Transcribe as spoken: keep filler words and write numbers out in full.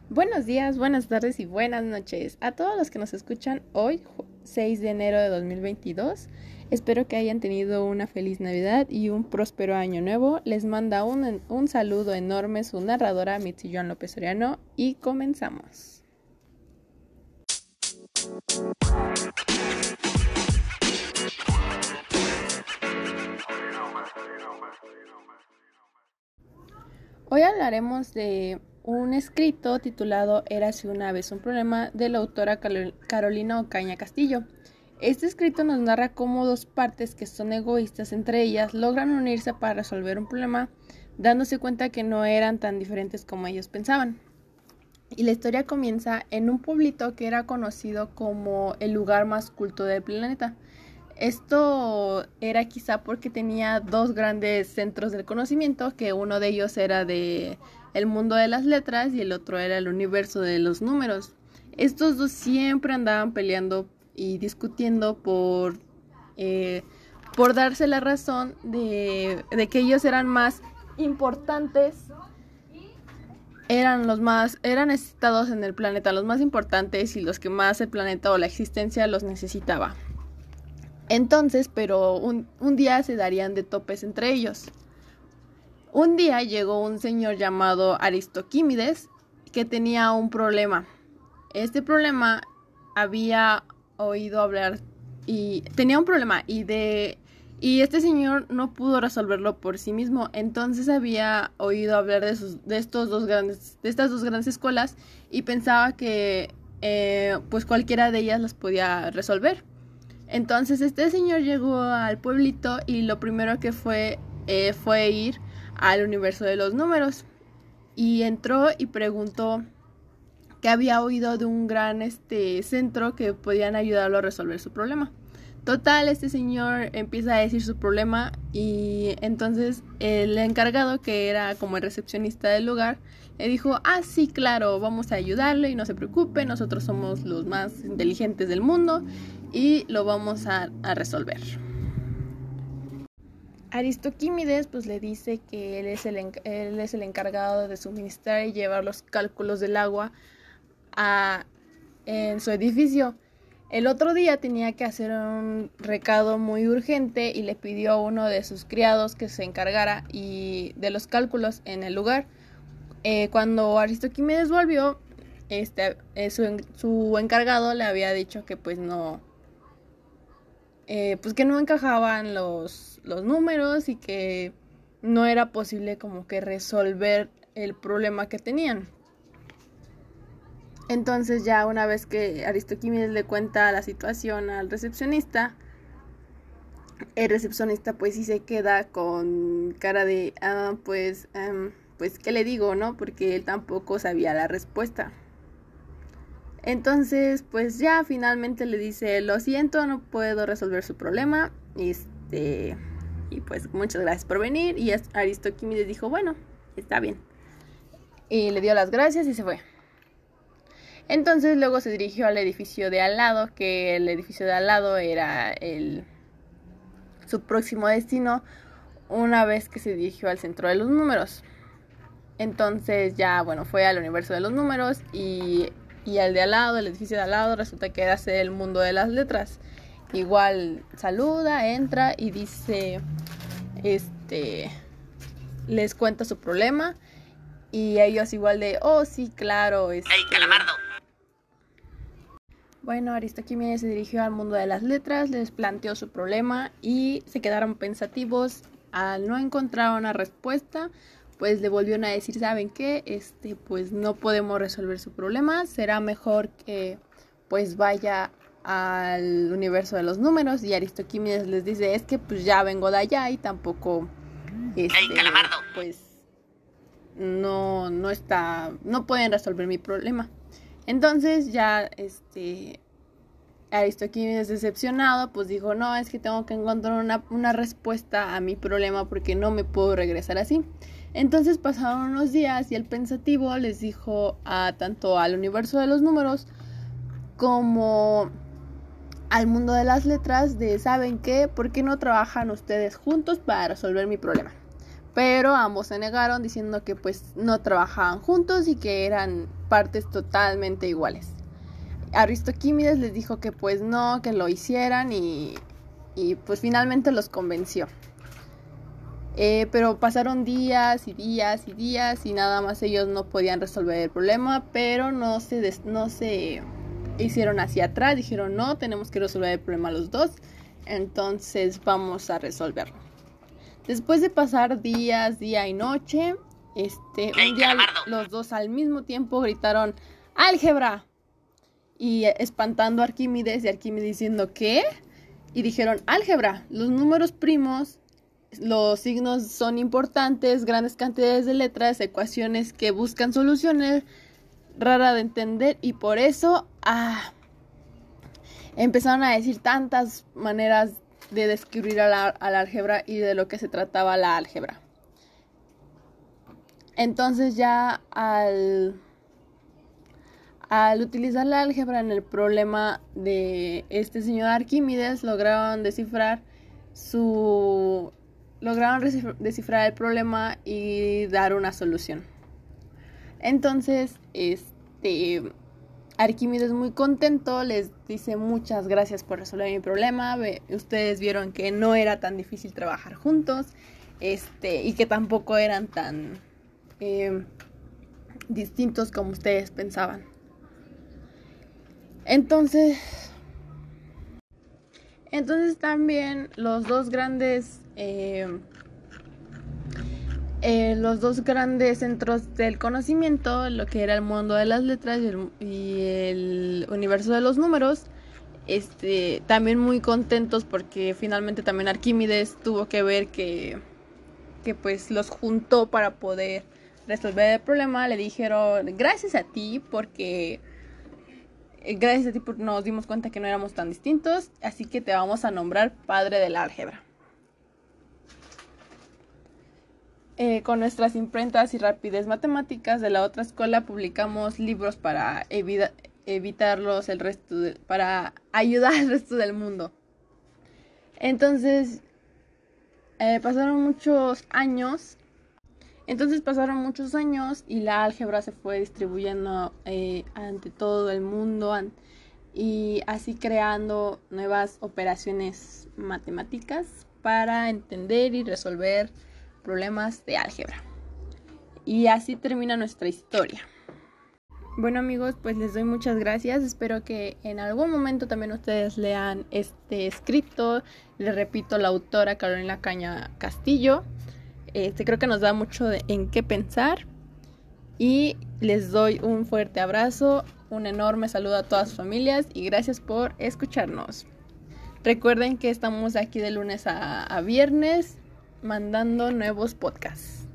Buenos días, buenas tardes y buenas noches a todos los que nos escuchan hoy, seis de enero de dos mil veintidós. Espero que hayan tenido una feliz Navidad y un próspero año nuevo. Les manda un, un saludo enorme su narradora Mitzi Joan López Soriano y comenzamos. Hoy hablaremos de un escrito titulado Érase una vez un problema, de la autora Carolina Ocaña Castillo. Este escrito nos narra cómo dos partes que son egoístas entre ellas logran unirse para resolver un problema, dándose cuenta que no eran tan diferentes como ellos pensaban. Y la historia comienza en un pueblito que era conocido como el lugar más culto del planeta. Esto era quizá porque tenía dos grandes centros del conocimiento, que uno de ellos era de el mundo de las letras y el otro era el universo de los números. Estos dos siempre andaban peleando y discutiendo por, eh, por darse la razón de, de que ellos eran más importantes, eran los más, eran necesitados en el planeta, los más importantes y los que más el planeta o la existencia los necesitaba. Entonces, pero un, un día se darían de topes entre ellos. Un día llegó un señor llamado Aristoquímides que tenía un problema. Este problema había oído hablar y tenía un problema y de y este señor no pudo resolverlo por sí mismo. Entonces había oído hablar de sus de estos dos grandes de estas dos grandes escuelas y pensaba que eh, pues cualquiera de ellas las podía resolver. Entonces este señor llegó al pueblito y lo primero que fue eh, fue ir al universo de los números y entró y preguntó que había oído de un gran este centro que podían ayudarlo a resolver su problema. Total, este señor empieza a decir su problema y entonces el encargado, que era como el recepcionista del lugar, le dijo: ah, sí, claro, vamos a ayudarle y no se preocupe, nosotros somos los más inteligentes del mundo y lo vamos a, a resolver. Aristoquímides pues le dice que él es, el, él es el encargado de suministrar y llevar los cálculos del agua a, en su edificio. El otro día tenía que hacer un recado muy urgente y le pidió a uno de sus criados que se encargara y de los cálculos en el lugar. Eh, cuando Aristoquímedes volvió, este, eh, su, su encargado le había dicho que pues no, eh, pues que no encajaban los, los números y que no era posible como que resolver el problema que tenían. Entonces ya una vez que Aristoquímedes le cuenta la situación al recepcionista, el recepcionista pues sí se queda con cara de, ah, pues, um, pues, ¿qué le digo, no? Porque él tampoco sabía la respuesta. Entonces, pues ya finalmente le dice: lo siento, no puedo resolver su problema, este, y pues muchas gracias por venir. Y Aristoquímedes dijo: bueno, está bien. Y le dio las gracias y se fue. Entonces luego se dirigió al edificio de al lado, que el edificio de al lado era el, su próximo destino, una vez que se dirigió al centro de los números. Entonces ya, bueno, fue al universo de los números y, y al de al lado, el edificio de al lado, resulta que era el mundo de las letras. Igual saluda, entra y dice, este, les cuenta su problema y ellos igual de, oh sí, claro. Este, ¡Ey, calamardo! Bueno, Aristoquímedes se dirigió al mundo de las letras, les planteó su problema y se quedaron pensativos. Al no encontrar una respuesta, pues le volvieron a decir: ¿saben qué? Este, pues no podemos resolver su problema, será mejor que pues vaya al universo de los números. Y Aristoquímedes les dice: es que pues ya vengo de allá y tampoco este, ¡Ey, calamardo! pues no, no está, no pueden resolver mi problema. Entonces ya este Aristoquímedes, decepcionado, pues dijo: no, es que tengo que encontrar una, una respuesta a mi problema porque no me puedo regresar así. Entonces pasaron unos días y el pensativo les dijo a tanto al universo de los números como al mundo de las letras de: ¿saben qué? ¿Por qué no trabajan ustedes juntos para resolver mi problema? pero ambos se negaron diciendo que pues no trabajaban juntos y que eran partes totalmente iguales. Aristóquimides les dijo que pues no, que lo hicieran y, y pues finalmente los convenció. Eh, pero pasaron días y días y días y nada más ellos no podían resolver el problema, pero no se, des- no se hicieron hacia atrás, dijeron no, tenemos que resolver el problema los dos, entonces vamos a resolverlo. Después de pasar días, día y noche, este, un día los dos al mismo tiempo gritaron ¡álgebra! Y espantando a Arquímedes y Arquímedes diciendo ¿qué? Y dijeron álgebra, los números primos, los signos son importantes, grandes cantidades de letras, ecuaciones que buscan soluciones, rara de entender y por eso ah, empezaron a decir tantas maneras de describir a la, a la álgebra y de lo que se trataba la álgebra. Entonces ya al, al utilizar la álgebra en el problema de este señor Arquímedes, lograron descifrar su lograron descifrar el problema y dar una solución. Entonces, este Arquímedes muy contento les dice muchas gracias por resolver mi problema. Ustedes vieron que no era tan difícil trabajar juntos, este, y que tampoco eran tan eh, distintos como ustedes pensaban. Entonces, entonces también los dos grandes eh, Eh, los dos grandes centros del conocimiento, lo que era el mundo de las letras y el, y el universo de los números, este, también muy contentos porque finalmente también Arquímedes tuvo que ver que, que pues los juntó para poder resolver el problema. Le dijeron gracias a ti porque gracias a ti porque nos dimos cuenta que no éramos tan distintos, así que te vamos a nombrar padre del álgebra. Eh, con nuestras imprentas y rapidez matemáticas de la otra escuela publicamos libros para evita- evitarlos el resto de, para ayudar al resto del mundo. Entonces eh, pasaron muchos años. Entonces pasaron muchos años y la álgebra se fue distribuyendo eh, ante todo el mundo an- y así creando nuevas operaciones matemáticas para entender y resolver problemas de álgebra. Y así termina nuestra historia. Bueno amigos, pues les doy muchas gracias. Espero que en algún momento también ustedes lean este escrito. Les repito, la autora Carolina Caña Castillo. Este creo que nos da mucho de, en qué pensar. Y les doy un fuerte abrazo, un enorme saludo a todas sus familias y gracias por escucharnos. Recuerden que estamos aquí de lunes a, a viernes mandando nuevos podcasts.